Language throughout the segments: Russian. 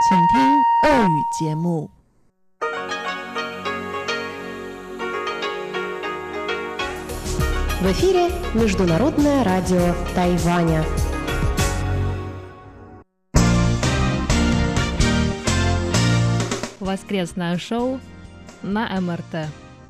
请听俄语节目。 В эфире Международное радио Тайваня. Воскресное шоу на МРТ.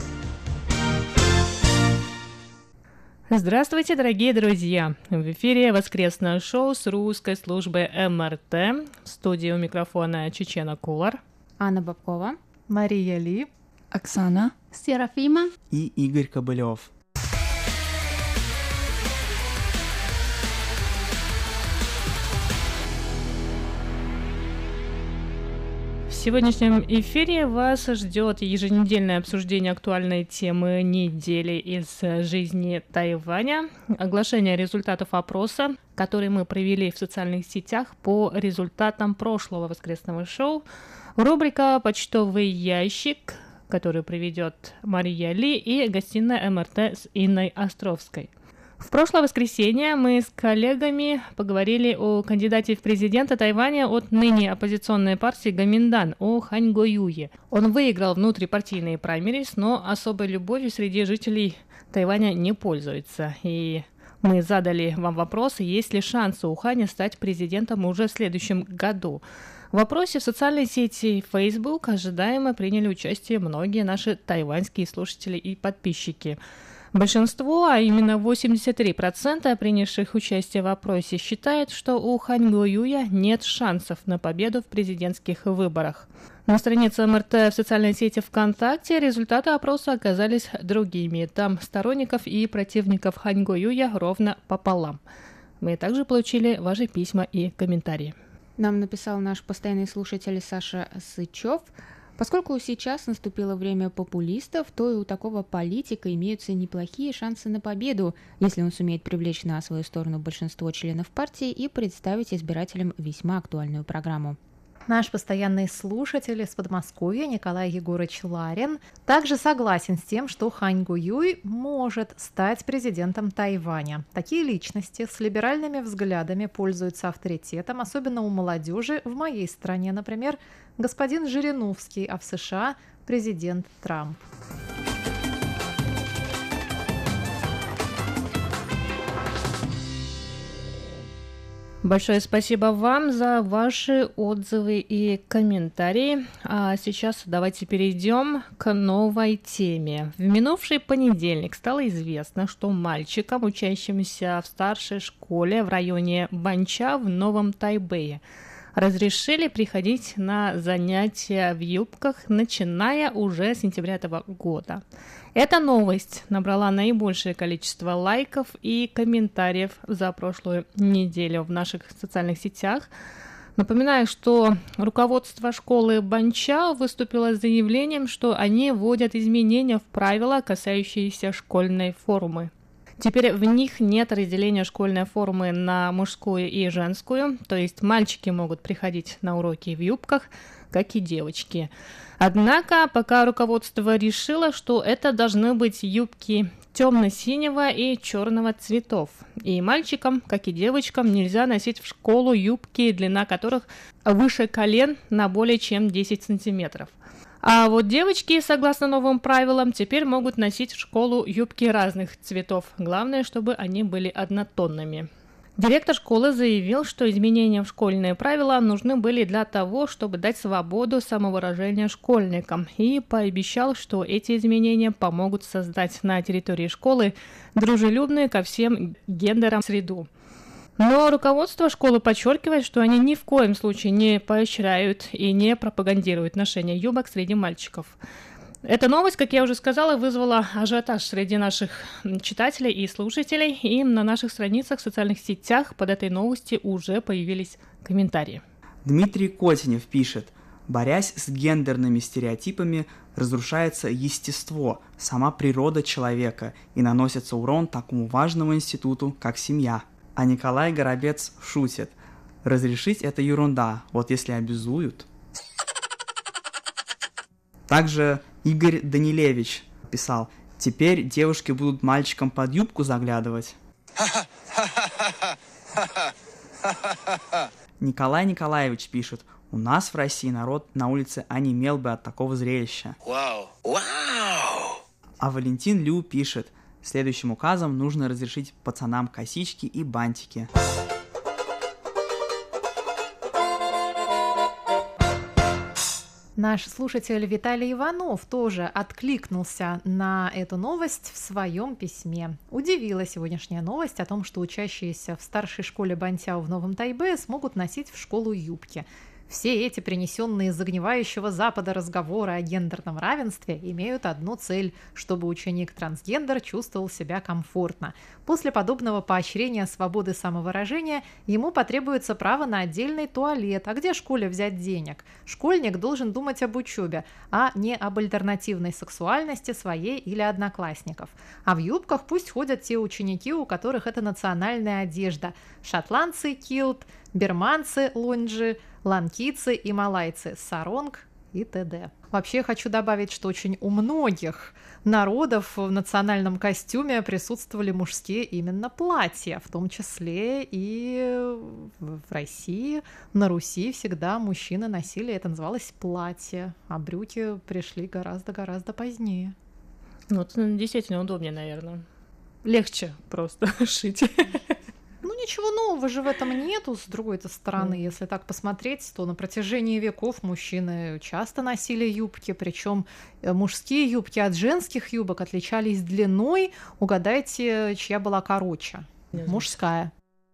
Здравствуйте, дорогие друзья! В эфире воскресное шоу с русской службы МРТ. В студии у микрофона Чечена Кулар, Анна Бабкова, Мария Ли, Оксана, Серафима и Игорь Кобылев. В сегодняшнем эфире вас ждет еженедельное обсуждение актуальной темы недели из жизни Тайваня, оглашение результатов опроса, который мы провели в социальных сетях по результатам прошлого воскресного шоу, рубрика «Почтовый ящик», который проведет Мария Ли, и гостиная МРТ с Инной Островской. В прошлое воскресенье мы с коллегами поговорили о кандидате в президенты Тайваня от ныне оппозиционной партии Гоминдан, о Хань Го-юе. Он выиграл внутрипартийные праймерис, но особой любовью среди жителей Тайваня не пользуется. И мы задали вам вопрос, есть ли шансы у Ханя стать президентом уже в следующем году. В вопросе в социальной сети Facebook ожидаемо приняли участие многие наши тайваньские слушатели и подписчики. Большинство, а именно 83% принявших участие в опросе, считает, что у Хань Го-юя нет шансов на победу в президентских выборах. На странице МРТ в социальной сети ВКонтакте результаты опроса оказались другими. Там сторонников и противников Хань Го-юя ровно пополам. Мы также получили ваши письма и комментарии. Нам написал наш постоянный слушатель Саша Сычев. Поскольку сейчас наступило время популистов, то и у такого политика имеются неплохие шансы на победу, если он сумеет привлечь на свою сторону большинство членов партии и представить избирателям весьма актуальную программу. Наш постоянный слушатель из Подмосковья Николай Егорович Ларин также согласен с тем, что Хань Го-юй может стать президентом Тайваня. Такие личности с либеральными взглядами пользуются авторитетом, особенно у молодежи в моей стране, например, господин Жириновский, а в США президент Трамп. Большое спасибо вам за ваши отзывы и комментарии. А сейчас давайте перейдем к новой теме. В минувший понедельник стало известно, что мальчикам, учащимся в старшей школе в районе Банча в Новом Тайбэе, разрешили приходить на занятия в юбках, начиная уже с сентября этого года. Эта новость набрала наибольшее количество лайков и комментариев за прошлую неделю в наших социальных сетях. Напоминаю, что руководство школы Банча выступило с заявлением, что они вводят изменения в правила, касающиеся школьной формы. Теперь в них нет разделения школьной формы на мужскую и женскую, то есть мальчики могут приходить на уроки в юбках, как и девочки. Однако пока руководство решило, что это должны быть юбки темно-синего и черного цветов. И мальчикам, как и девочкам, нельзя носить в школу юбки, длина которых выше колен на более чем 10 сантиметров. А вот девочки, согласно новым правилам, теперь могут носить в школу юбки разных цветов. Главное, чтобы они были однотонными. Директор школы заявил, что изменения в школьные правила нужны были для того, чтобы дать свободу самовыражения школьникам, и пообещал, что эти изменения помогут создать на территории школы дружелюбную ко всем гендерам среду. Но руководство школы подчеркивает, что они ни в коем случае не поощряют и не пропагандируют ношение юбок среди мальчиков. Эта новость, как я уже сказала, вызвала ажиотаж среди наших читателей и слушателей, и на наших страницах в социальных сетях под этой новостью уже появились комментарии. Дмитрий Котенев пишет: борясь с гендерными стереотипами, разрушается естество, сама природа человека, и наносится урон такому важному институту, как семья. А Николай Горобец шутит: разрешить это ерунда, вот если обязуют. Также Игорь Данилевич писал: теперь девушки будут мальчикам под юбку заглядывать. Николай Николаевич пишет: У нас в России народ на улице онемел бы от такого зрелища. Вау! А Валентин Лю пишет: следующим указом нужно разрешить пацанам косички и бантики. Наш слушатель Виталий Иванов тоже откликнулся на эту новость в своем письме. Удивила сегодняшняя новость о том, что учащиеся в старшей школе Бантяо в Новом Тайбе смогут носить в школу юбки. Все эти принесенные из загнивающего Запада разговоры о гендерном равенстве имеют одну цель – чтобы ученик-трансгендер чувствовал себя комфортно. После подобного поощрения свободы самовыражения ему потребуется право на отдельный туалет. А где школе взять денег? Школьник должен думать об учебе, а не об альтернативной сексуальности своей или одноклассников. А в юбках пусть ходят те ученики, у которых это национальная одежда. Шотландцы – килт, бирманцы – лонджи, ланкийцы и малайцы, саронг и т.д. Вообще хочу добавить, что очень у многих народов в национальном костюме присутствовали мужские именно платья, в том числе и в России. На Руси всегда мужчины носили, это называлось платье, а брюки пришли гораздо-гораздо позднее. Ну, это действительно удобнее, наверное. Легче просто шить. Ничего нового же в этом нету, с другой-то стороны. Если так посмотреть, то на протяжении веков мужчины часто носили юбки, причем мужские юбки от женских юбок отличались длиной. Угадайте, чья была короче? Мужская.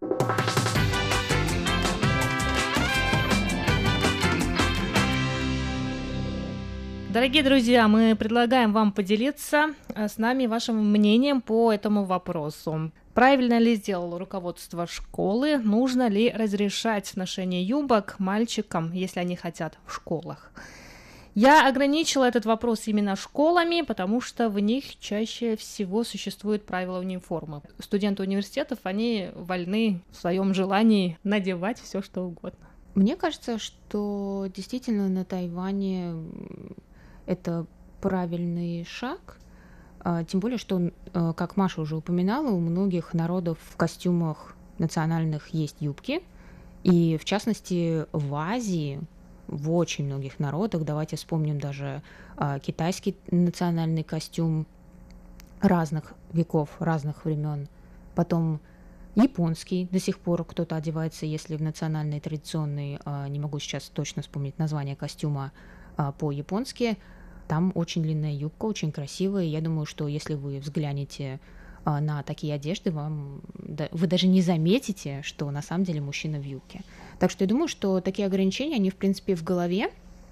Дорогие друзья, мы предлагаем вам поделиться с нами вашим мнением по этому вопросу. Правильно ли сделало руководство школы? Нужно ли разрешать ношение юбок мальчикам, если они хотят в школах? Я ограничила этот вопрос именно школами, потому что в них чаще всего существуют правила униформы. Студенты университетов, они вольны в своем желании надевать все, что угодно. Мне кажется, что действительно на Тайване это правильный шаг. Тем более, что, как Маша уже упоминала, у многих народов в костюмах национальных есть юбки. И, в частности, в Азии, в очень многих народах, давайте вспомним даже китайский национальный костюм разных веков, разных времен. Потом японский до сих пор кто-то одевается, если в национальный, традиционный, не могу сейчас точно вспомнить название костюма по-японски. Там очень длинная юбка, очень красивая. Я думаю, что если вы взглянете на такие одежды, вы даже не заметите, что на самом деле мужчина в юбке. Так что я думаю, что такие ограничения, они в принципе в голове.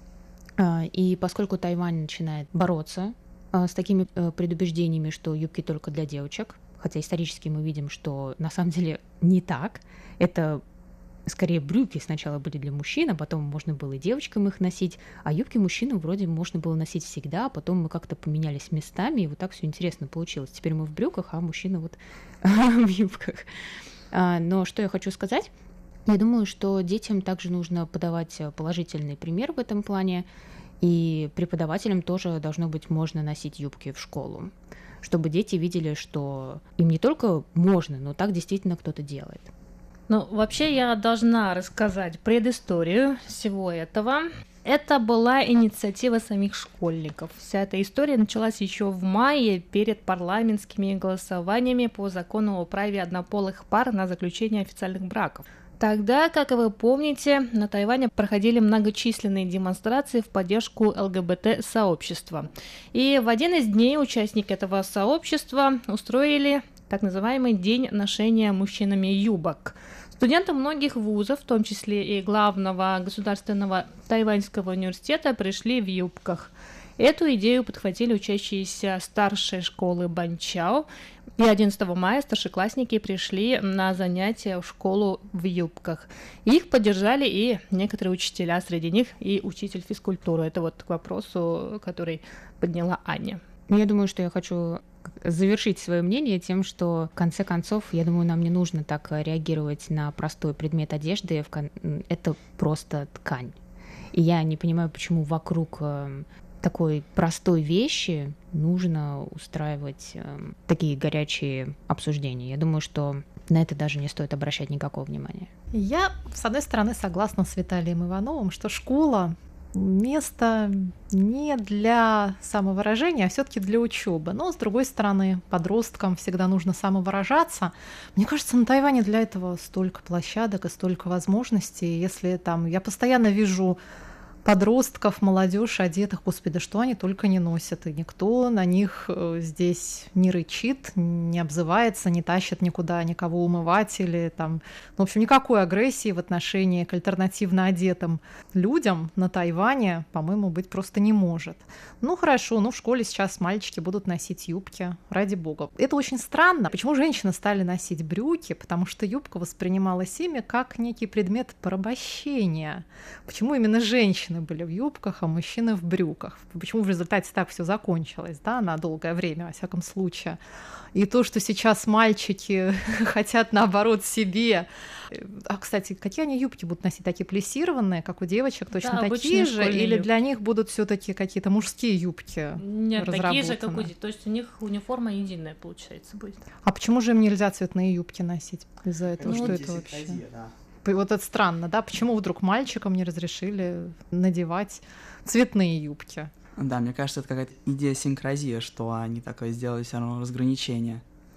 И поскольку Тайвань начинает бороться с такими предубеждениями, что юбки только для девочек, хотя исторически мы видим, что на самом деле не так, это скорее брюки сначала были для мужчин, а потом можно было и девочкам их носить, а юбки мужчинам вроде можно было носить всегда, а потом мы как-то поменялись местами, и вот так все интересно получилось. Теперь мы в брюках, а мужчина вот в юбках. Но что я хочу сказать? Я думаю, что детям также нужно подавать положительный пример в этом плане, и преподавателям тоже должно быть можно носить юбки в школу, чтобы дети видели, что им не только можно, но так действительно кто-то делает. Ну, вообще я должна рассказать предысторию всего этого. Это была инициатива самих школьников. Вся эта история началась еще в мае перед парламентскими голосованиями по закону о праве однополых пар на заключение официальных браков. Тогда, как вы помните, на Тайване проходили многочисленные демонстрации в поддержку ЛГБТ-сообщества. И в один из дней участники этого сообщества устроили так называемый День ношения мужчинами юбок. Студенты многих вузов, в том числе и главного государственного тайваньского университета, пришли в юбках. Эту идею подхватили учащиеся старшей школы Банчао, и 11 мая старшеклассники пришли на занятия в школу в юбках. Их поддержали и некоторые учителя, среди них и учитель физкультуры. Это вот к вопросу, который подняла Аня. Я думаю, что я хочу завершить свое мнение тем, что в конце концов, я думаю, нам не нужно так реагировать на простой предмет одежды. Это просто ткань. И я не понимаю, почему вокруг такой простой вещи нужно устраивать такие горячие обсуждения. Я думаю, что на это даже не стоит обращать никакого внимания. Я, с одной стороны, согласна с Виталием Ивановым, что школа место не для самовыражения, а все-таки для учебы. Но, с другой стороны, подросткам всегда нужно самовыражаться. Мне кажется, на Тайване для этого столько площадок и столько возможностей. Если там я постоянно вижу подростков, молодежь одетых, господи, что они только не носят, и никто на них здесь не рычит, не обзывается, не тащит никуда никого умывать или там, в общем, никакой агрессии в отношении к альтернативно одетым людям на Тайване, по-моему, быть просто не может. Ну хорошо, в школе сейчас мальчики будут носить юбки, ради бога. Это очень странно. Почему женщины стали носить брюки? Потому что юбка воспринималась ими как некий предмет порабощения. Почему именно женщины были в юбках, а мужчины в брюках? Почему в результате так все закончилось, да, на долгое время, во всяком случае? И то, что сейчас мальчики хотят, наоборот, себе... А, кстати, какие они юбки будут носить? Такие плессированные, как у девочек, точно такие же? Или для них будут все таки какие-то мужские юбки? Нет, такие же, как у... То есть у них униформа единая, получается, будет. А почему же им нельзя цветные юбки носить из-за этого? Что это вообще? Вот это странно, да? Почему вдруг мальчикам не разрешили надевать цветные юбки? Да, мне кажется, это какая-то идиосинкразия, что они такое сделали все равно разграничение.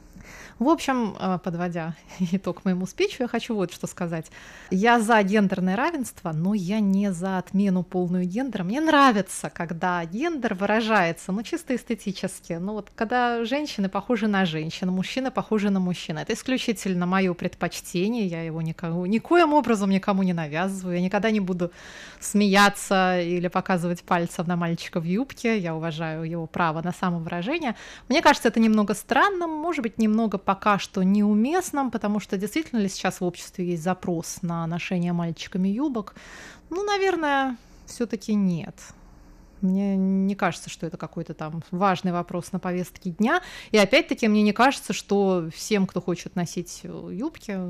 В общем, подводя итог моему спичу, я хочу вот что сказать. Я за гендерное равенство, но я не за отмену полную гендера. Мне нравится, когда гендер выражается, чисто эстетически. Вот когда женщины похожи на женщин, мужчины похожи на мужчин. Это исключительно мое предпочтение, я его никоим образом никому не навязываю. Я никогда не буду смеяться или показывать пальцем на мальчика в юбке. Я уважаю его право на самовыражение. Мне кажется, это немного странным, может быть, немного пока что неуместным, потому что действительно ли сейчас в обществе есть запрос на ношение мальчиками юбок? Наверное, все-таки нет. Мне не кажется, что это какой-то там важный вопрос на повестке дня. И опять-таки мне не кажется, что всем, кто хочет носить юбки,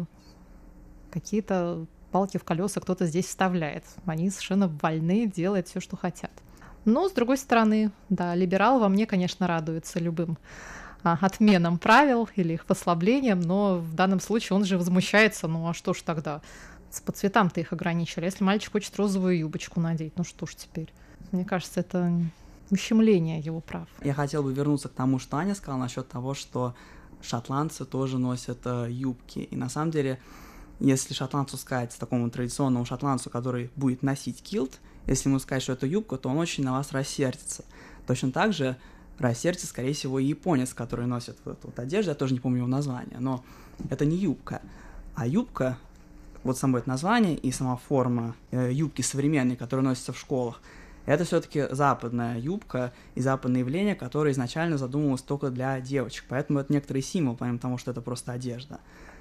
какие-то палки в колеса кто-то здесь вставляет. Они совершенно вольны делать все, что хотят. Но, с другой стороны, да, либерал во мне, конечно, радуется любым отменам правил или их послаблением, но в данном случае он же возмущается, а что ж тогда? По цветам-то их ограничили. Если мальчик хочет розовую юбочку надеть, что ж теперь? Мне кажется, это ущемление его прав. Я хотел бы вернуться к тому, что Аня сказала насчет того, что шотландцы тоже носят юбки. И на самом деле, если шотландцу сказать, такому традиционному шотландцу, который будет носить килт, если ему сказать, что это юбка, то он очень на вас рассердится. Точно так же рассердится, скорее всего, и японец, который носит эту одежду, я тоже не помню его название, но это не юбка. А юбка, вот само это название и сама форма юбки современной, которая носится в школах, это все-таки западная юбка и западное явление, которое изначально задумывалось только для девочек. Поэтому это некоторый символ, помимо того, что это просто одежда.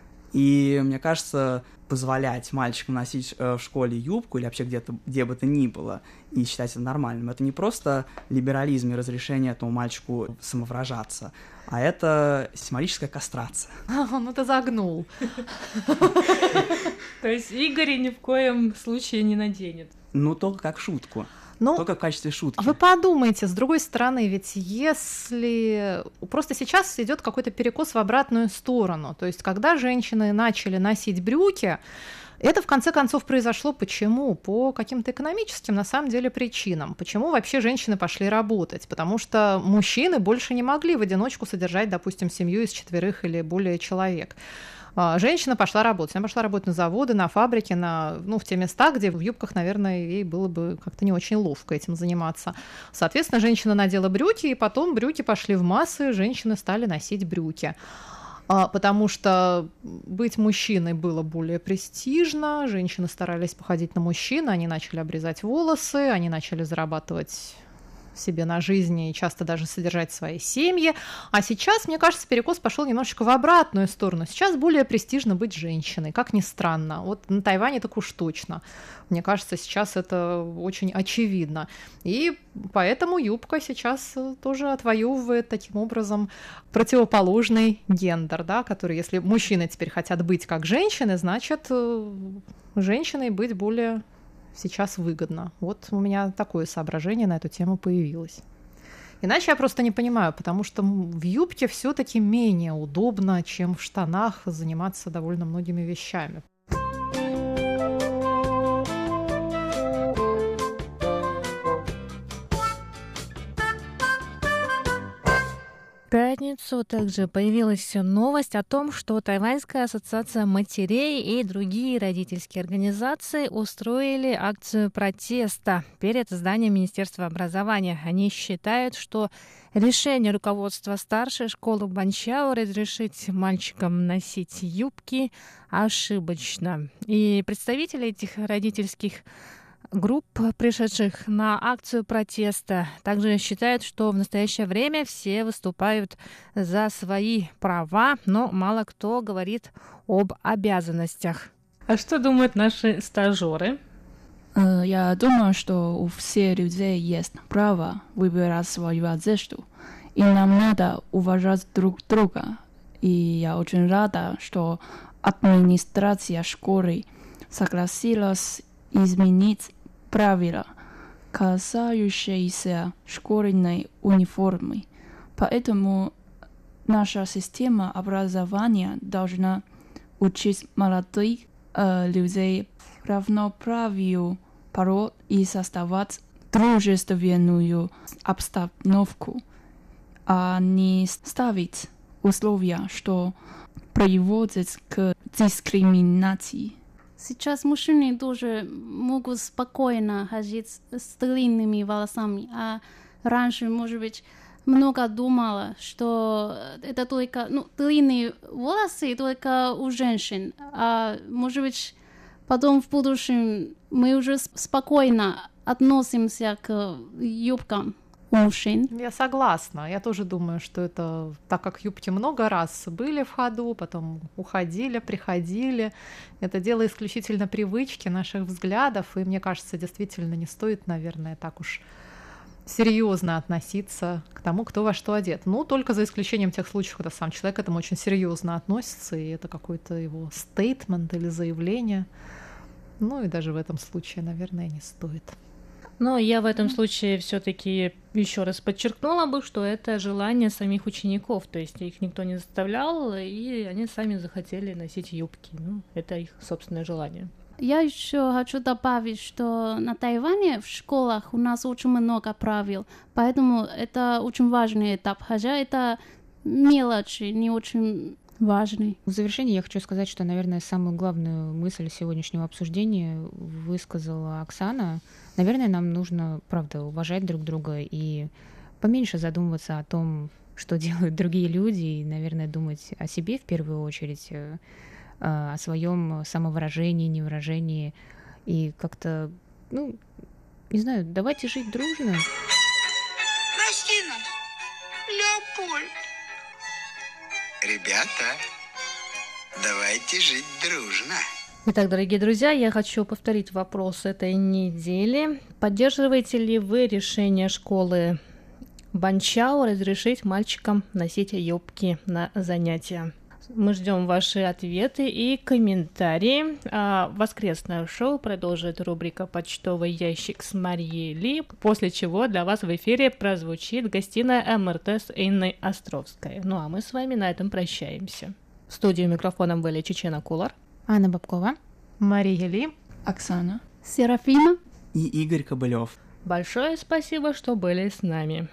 И мне кажется, позволять мальчикам носить в школе юбку или вообще где бы то ни было и считать это нормальным, это не просто либерализм и разрешение этому мальчику самовыражаться, а это символическая кастрация. Он это загнул. То есть Игорь ни в коем случае не наденет. Только как шутку. Только в качестве шутки. Вы подумайте, с другой стороны, ведь если просто сейчас идет какой-то перекос в обратную сторону, то есть когда женщины начали носить брюки, это в конце концов произошло почему? По каким-то экономическим, на самом деле, причинам. Почему вообще женщины пошли работать? Потому что мужчины больше не могли в одиночку содержать, допустим, семью из 4 или более человек. Женщина пошла работать. Она пошла работать на заводы, на фабрики, в те места, где в юбках, наверное, ей было бы как-то не очень ловко этим заниматься. Соответственно, женщина надела брюки, и потом брюки пошли в массы, женщины стали носить брюки. Потому что быть мужчиной было более престижно, женщины старались походить на мужчин, они начали обрезать волосы, они начали зарабатывать себе на жизни и часто даже содержать свои семьи. А сейчас, мне кажется, перекос пошел немножечко в обратную сторону. Сейчас более престижно быть женщиной, как ни странно. Вот на Тайване так уж точно. Мне кажется, сейчас это очень очевидно. И поэтому юбка сейчас тоже отвоевывает таким образом противоположный гендер, да, который, если мужчины теперь хотят быть как женщины, значит, женщиной быть более сейчас выгодно. Вот у меня такое соображение на эту тему появилось. Иначе я просто не понимаю, потому что в юбке все-таки менее удобно, чем в штанах заниматься довольно многими вещами. пятницу также появилась новость о том, что Тайваньская ассоциация матерей и другие родительские организации устроили акцию протеста перед зданием Министерства образования. Они считают, что решение руководства старшей школы Банчао разрешить мальчикам носить юбки ошибочно. И представители этих родительских групп, пришедших на акцию протеста, также считают, что в настоящее время все выступают за свои права, но мало кто говорит об обязанностях. А что думают наши стажеры? Я думаю, что у всех людей есть право выбирать свою одежду, и нам надо уважать друг друга. И я очень рада, что администрация школы согласилась изменить правила, касающиеся школьной униформы. Поэтому наша система образования должна учить молодых людей равноправию пород и создавать дружественную обстановку, а не ставить условия, что приводит к дискриминации. Сейчас мужчины тоже могут спокойно ходить с длинными волосами, а раньше, может быть, много думала, что это только длинные волосы только у женщин, а может быть, потом в будущем мы уже спокойно относимся к юбкам мужчин. Я согласна. Я тоже думаю, что это, так как юбки много раз были в ходу, потом уходили, приходили, это дело исключительно привычки, наших взглядов, и мне кажется, действительно не стоит, наверное, так уж серьезно относиться к тому, кто во что одет. Ну, только за исключением тех случаев, когда сам человек к этому очень серьезно относится, и это какой-то его стейтмент или заявление. Ну, и даже в этом случае, наверное, не стоит. Но я в этом случае все-таки еще раз подчеркнула бы, что это желание самих учеников, то есть их никто не заставлял, и они сами захотели носить юбки. Ну, это их собственное желание. Я еще хочу добавить, что на Тайване в школах у нас очень много правил, поэтому это очень важный этап, хотя это мелочи, не очень важный. В завершение я хочу сказать, что, наверное, самую главную мысль сегодняшнего обсуждения высказала Оксана. Наверное, нам нужно, правда, уважать друг друга и поменьше задумываться о том, что делают другие люди, и, наверное, думать о себе в первую очередь, о своем самовыражении, невыражении, и как-то, не знаю, давайте жить дружно. Прости нас, Леопольд. Ребята, давайте жить дружно. Итак, дорогие друзья, я хочу повторить вопрос этой недели. Поддерживаете ли вы решение школы Банчао разрешить мальчикам носить юбки на занятия? Мы ждем ваши ответы и комментарии. Воскресное шоу продолжит рубрика «Почтовый ящик» с Марией Ли, после чего для вас в эфире прозвучит гостиная МРТ с Инной Островской. Ну а мы с вами на этом прощаемся. В студию микрофоном были Чечена Кулар, Анна Бабкова, Мария Ли, Оксана, Серафима И Игорь Кобылев. Большое спасибо, что были с нами.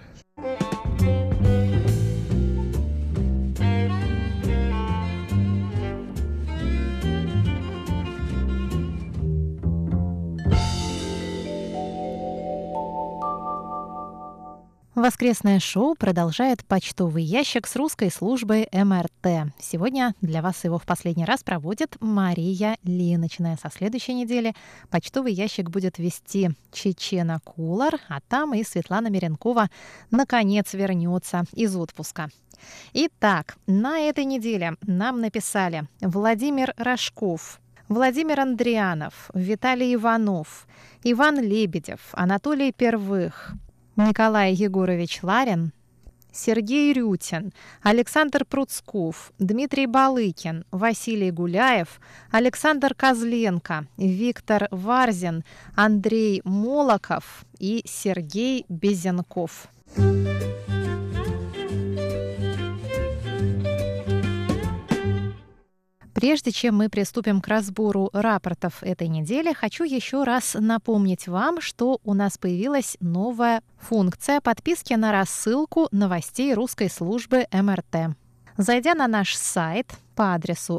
Воскресное шоу продолжает почтовый ящик с русской службой МРТ. Сегодня для вас его в последний раз проводит Мария Ли. Начиная со следующей недели почтовый ящик будет вести Чечена Кулар, а там и Светлана Меренкова наконец вернется из отпуска. Итак, на этой неделе нам написали Владимир Рожков, Владимир Андрианов, Виталий Иванов, Иван Лебедев, Анатолий Первых, Николай Егорович Ларин, Сергей Рютин, Александр Пруцков, Дмитрий Балыкин, Василий Гуляев, Александр Козленко, Виктор Варзин, Андрей Молоков и Сергей Безенков. Прежде чем мы приступим к разбору рапортов этой недели, хочу еще раз напомнить вам, что у нас появилась новая функция подписки на рассылку новостей русской службы МРТ. Зайдя на наш сайт по адресу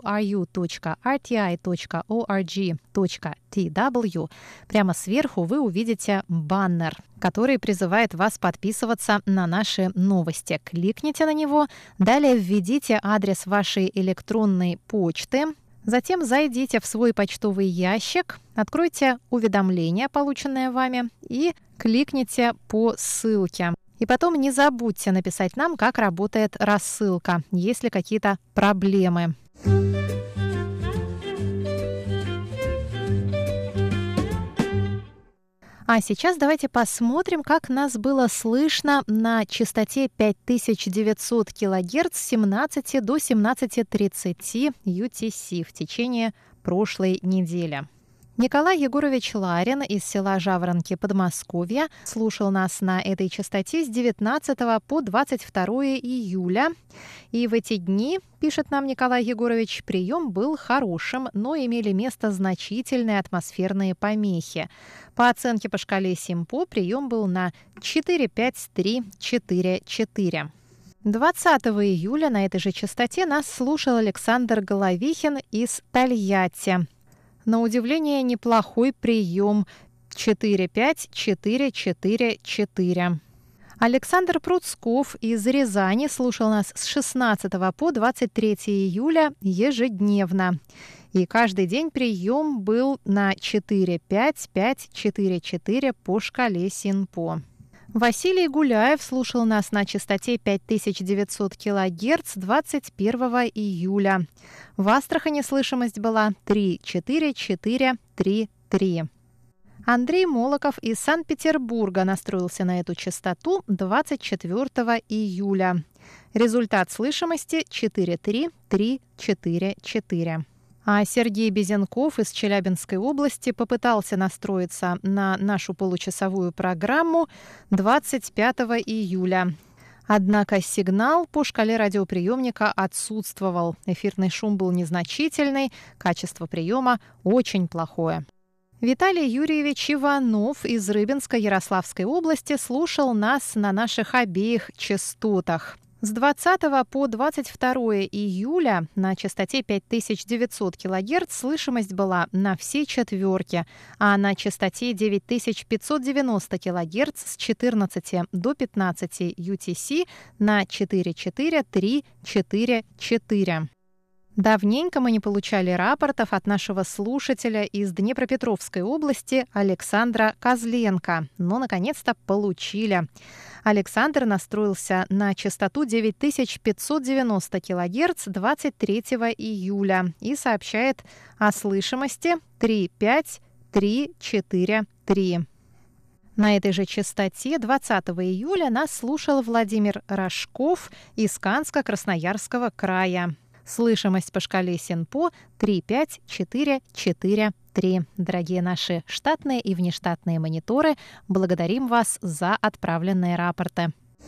ru.rti.org.tw, прямо сверху вы увидите баннер, который призывает вас подписываться на наши новости. Кликните на него, далее введите адрес вашей электронной почты, затем зайдите в свой почтовый ящик, откройте уведомление, полученное вами, и кликните по ссылке. И потом не забудьте написать нам, как работает рассылка, есть ли какие-то проблемы. А сейчас давайте посмотрим, как нас было слышно на частоте 5900 кГц с 17 до 17:30 UTC в течение прошлой недели. Николай Егорович Ларин из села Жаворонки, Подмосковья, слушал нас на этой частоте с 19 по 22 июля. И в эти дни, пишет нам Николай Егорович, прием был хорошим, но имели место значительные атмосферные помехи. По оценке по шкале Симпо прием был на 4,5-3,4,4. 20 июля на этой же частоте нас слушал Александр Головихин из Тольятти. На удивление, неплохой прием 4-5-4-4-4. Александр Пруцков из Рязани слушал нас с 16 по 23 июля ежедневно. И каждый день прием был на 4-5-5-4-4 по шкале Синпо. Василий Гуляев слушал нас на частоте 5900 кГц 21 июля. В Астрахани слышимость была 3-4-4-3-3. Андрей Молоков из Санкт-Петербурга настроился на эту частоту 24 июля. Результат слышимости 4-3-3-4-4. А Сергей Безенков из Челябинской области попытался настроиться на нашу получасовую программу 25 июля. Однако сигнал по шкале радиоприемника отсутствовал. Эфирный шум был незначительный, качество приема очень плохое. Виталий Юрьевич Иванов из Рыбинской Ярославской области слушал нас на наших обеих частотах. С 20 по 22 июля на частоте 5900 кГц слышимость была на все четверки, а на частоте 9590 кГц с 14 до 15 UTC на 4-4-3-4-4. Давненько мы не получали рапортов от нашего слушателя из Днепропетровской области Александра Козленко, но наконец-то получили. Александр настроился на частоту 9590 кГц 23 июля и сообщает о слышимости 3-5-3-4-3. На этой же частоте 20 июля нас слушал Владимир Рожков из Канско-Красноярского края. Слышимость по шкале Синпо 3-5-4-4-3. Дорогие наши штатные и внештатные мониторы, благодарим вас за отправленные рапорты.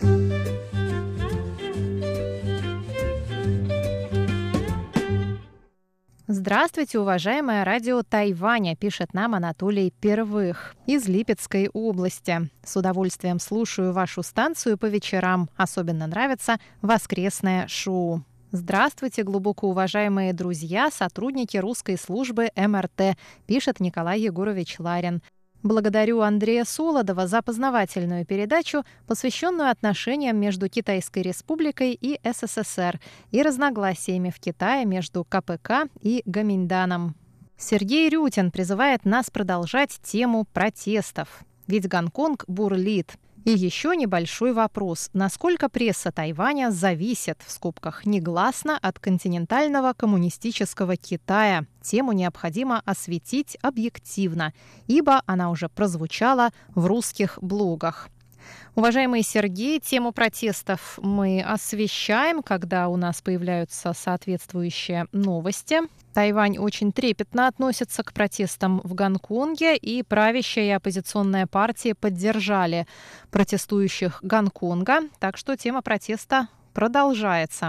Здравствуйте, уважаемое радио Тайваня, пишет нам Анатолий Первых из Липецкой области. С удовольствием слушаю вашу станцию по вечерам. Особенно нравится воскресное шоу. Здравствуйте, глубоко уважаемые друзья, сотрудники русской службы МРТ, пишет Николай Егорович Ларин. Благодарю Андрея Солодова за познавательную передачу, посвященную отношениям между Китайской Республикой и СССР и разногласиями в Китае между КПК и Гоминьданом. Сергей Рютин призывает нас продолжать тему протестов. Ведь Гонконг бурлит. И еще небольшой вопрос. Насколько пресса Тайваня зависит, в скобках, негласно от континентального коммунистического Китая? Тему необходимо осветить объективно, ибо она уже прозвучала в русских блогах. Уважаемый Сергей, тему протестов мы освещаем, когда у нас появляются соответствующие новости. Тайвань очень трепетно относится к протестам в Гонконге, и правящая и оппозиционная партии поддержали протестующих Гонконга, так что тема протеста продолжается.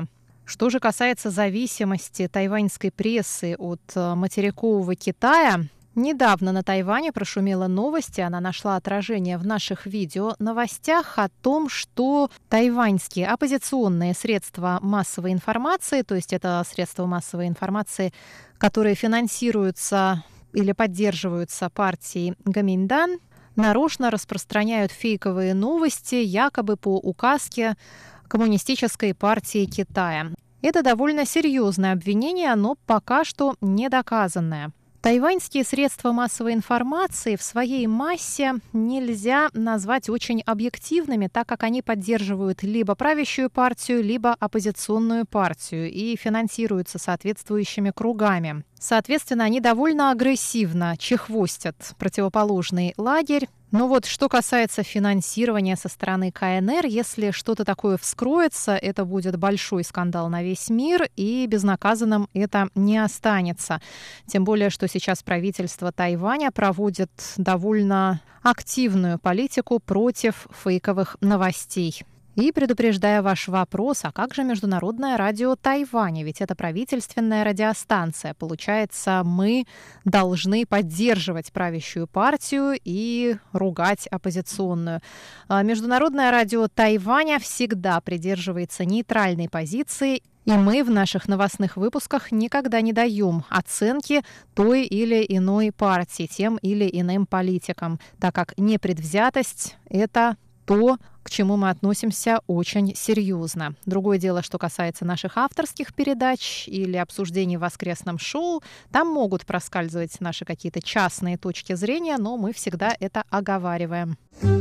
Что же касается зависимости тайваньской прессы от материкового Китая, недавно на Тайване прошумела новость, и она нашла отражение в наших видео-новостях о том, что тайваньские оппозиционные средства массовой информации, то есть это средства массовой информации, которые финансируются или поддерживаются партией Гоминьдан, нарочно распространяют фейковые новости якобы по указке Коммунистической партии Китая. Это довольно серьезное обвинение, но пока что не доказанное. Тайваньские средства массовой информации в своей массе нельзя назвать очень объективными, так как они поддерживают либо правящую партию, либо оппозиционную партию и финансируются соответствующими кругами. Соответственно, они довольно агрессивно чехвостят противоположный лагерь. Но вот что касается финансирования со стороны КНР, если что-то такое вскроется, это будет большой скандал на весь мир, и безнаказанным это не останется. Тем более, что сейчас правительство Тайваня проводит довольно активную политику против фейковых новостей. И предупреждая ваш вопрос, а как же Международное радио Тайваня? Ведь это правительственная радиостанция. Получается, мы должны поддерживать правящую партию и ругать оппозиционную. Международное радио Тайваня всегда придерживается нейтральной позиции. И мы в наших новостных выпусках никогда не даем оценки той или иной партии, тем или иным политикам, так как непредвзятость – это то, к чему мы относимся очень серьезно. Другое дело, что касается наших авторских передач или обсуждений в воскресном шоу, там могут проскальзывать наши какие-то частные точки зрения, но мы всегда это оговариваем.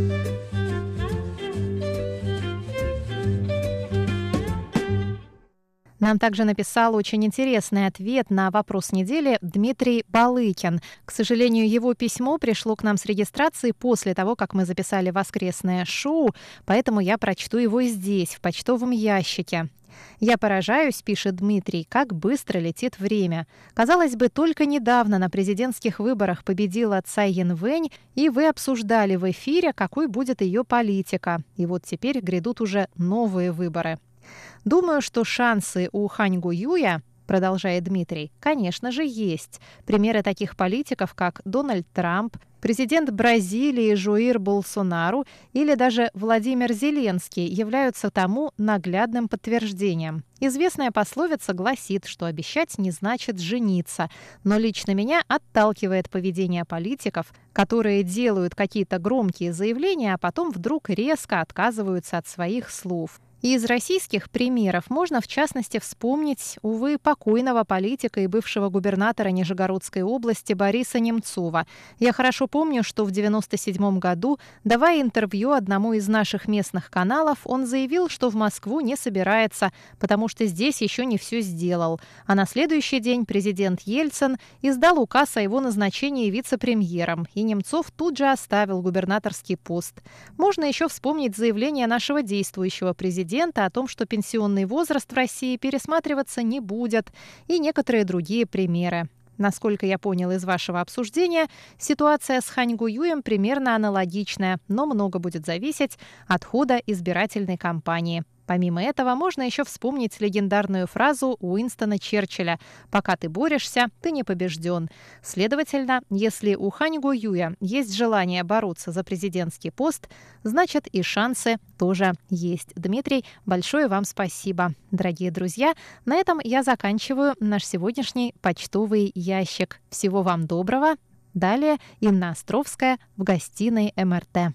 Нам также написал очень интересный ответ на вопрос недели Дмитрий Балыкин. К сожалению, его письмо пришло к нам с регистрацией после того, как мы записали воскресное шоу, поэтому я прочту его здесь, в почтовом ящике. «Я поражаюсь, — пишет Дмитрий, — как быстро летит время. Казалось бы, только недавно на президентских выборах победила Цай Янвэнь, и вы обсуждали в эфире, какой будет ее политика. И вот теперь грядут уже новые выборы. Думаю, что шансы у Хань Гуюя, — продолжает Дмитрий, — конечно же, есть. Примеры таких политиков, как Дональд Трамп, президент Бразилии Жуир Болсонару или даже Владимир Зеленский являются тому наглядным подтверждением. Известная пословица гласит, что обещать не значит жениться, но лично меня отталкивает поведение политиков, которые делают какие-то громкие заявления, а потом вдруг резко отказываются от своих слов. И из российских примеров можно, в частности, вспомнить, увы, покойного политика и бывшего губернатора Нижегородской области Бориса Немцова. Я хорошо помню, что в 1997 году, давая интервью одному из наших местных каналов, он заявил, что в Москву не собирается, потому что здесь еще не все сделал. А на следующий день президент Ельцин издал указ о его назначении вице-премьером, и Немцов тут же оставил губернаторский пост. Можно еще вспомнить заявление нашего действующего президента о том, что пенсионный возраст в России пересматриваться не будет, и некоторые другие примеры. Насколько я понял из вашего обсуждения, ситуация с Хань Гуюем примерно аналогичная, но много будет зависеть от хода избирательной кампании. Помимо этого, можно еще вспомнить легендарную фразу Уинстона Черчилля «Пока ты борешься, ты не побежден». Следовательно, если у Хань Гуюя есть желание бороться за президентский пост, значит и шансы тоже есть. Дмитрий, большое вам спасибо. Дорогие друзья, на этом я заканчиваю наш сегодняшний почтовый ящик. Всего вам доброго. Далее Инна Островская в гостиной МРТ.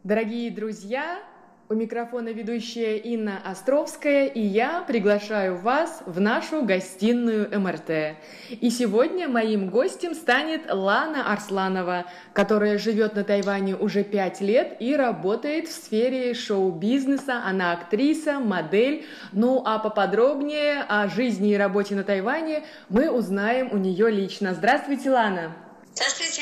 Дорогие друзья, у микрофона ведущая Инна Островская, и я приглашаю вас в нашу гостиную МРТ. И сегодня моим гостем станет Лана Арсланова, которая живет на Тайване уже 5 лет и работает в сфере шоу-бизнеса. Она актриса, модель. Ну а поподробнее о жизни и работе на Тайване мы узнаем у нее лично. Здравствуйте, Лана. Здравствуйте.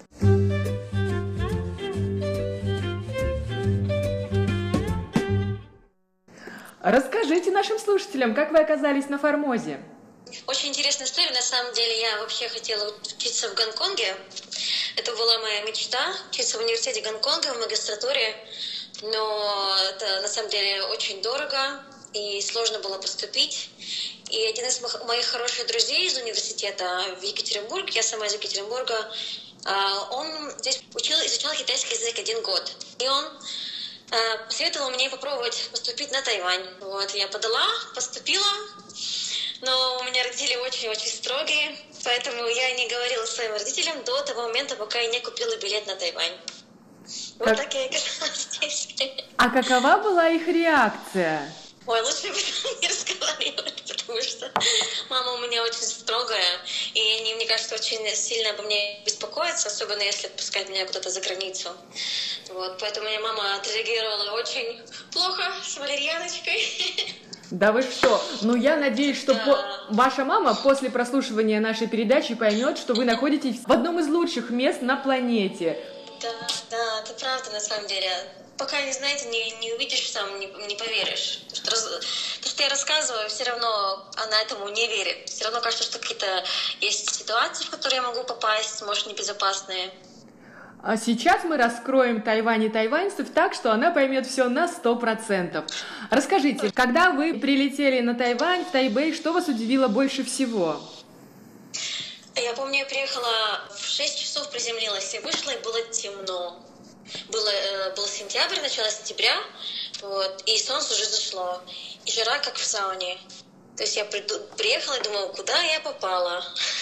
Расскажите нашим слушателям, как вы оказались на Формозе? Очень интересная история. На самом деле, я вообще хотела учиться в Гонконге. Это была моя мечта, учиться в университете Гонконга, в магистратуре. Но это, на самом деле, очень дорого и сложно было поступить. И один из моих хороших друзей из университета в Екатеринбург, я сама из Екатеринбурга, он здесь изучал китайский язык 1 год. И он посоветовал мне попробовать поступить на Тайвань. Вот, я подала, поступила, но у меня родители очень-очень строгие, поэтому я не говорила своим родителям до того момента, пока я не купила билет на Тайвань. Вот так я и оказалась здесь. А какова была их реакция? Ой, лучше бы не разговаривать, потому что мама у меня очень строгая, и они, мне кажется, очень сильно обо мне беспокоятся, особенно если отпускать меня куда-то за границу. Вот, поэтому моя мама отреагировала очень плохо, с валерьяночкой. Да вы что? Ну, я надеюсь, что ваша мама после прослушивания нашей передачи поймет, что вы находитесь в одном из лучших мест на планете. Да, это правда на самом деле. Пока, не знаете, не увидишь сам, не поверишь. То, что я рассказываю, все равно она этому не верит. Все равно кажется, что какие-то есть ситуации, в которые я могу попасть, может, небезопасные. А сейчас мы раскроем Тайвань и тайваньцев так, что она поймет все на 100%. Расскажите, когда вы прилетели на Тайвань, в Тайбэй, что вас удивило больше всего? Я помню, я приехала в 6 часов, приземлилась и вышла, и было темно. Был сентябрь, начало сентября, вот, и солнце уже зашло, и жара как в сауне. То есть я приехала и думала, куда я попала?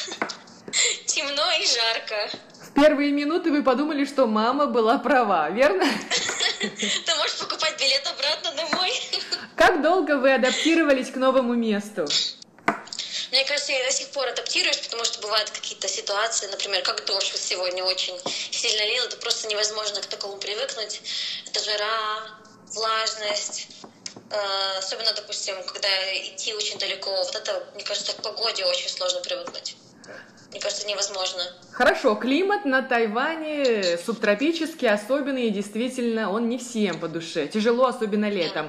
Темно и жарко. В первые минуты вы подумали, что мама была права, верно? Ты можешь покупать билет обратно домой. Как долго вы адаптировались к новому месту? Мне кажется, я до сих пор адаптируюсь, потому что бывают какие-то ситуации, например, как дождь вот сегодня очень сильно лил, это просто невозможно к такому привыкнуть. Это жара, влажность, особенно, допустим, когда идти очень далеко. Вот это, мне кажется, к погоде очень сложно привыкнуть. Мне кажется, невозможно. Хорошо, климат на Тайване субтропический, особенный, и действительно, он не всем по душе. Тяжело, особенно летом.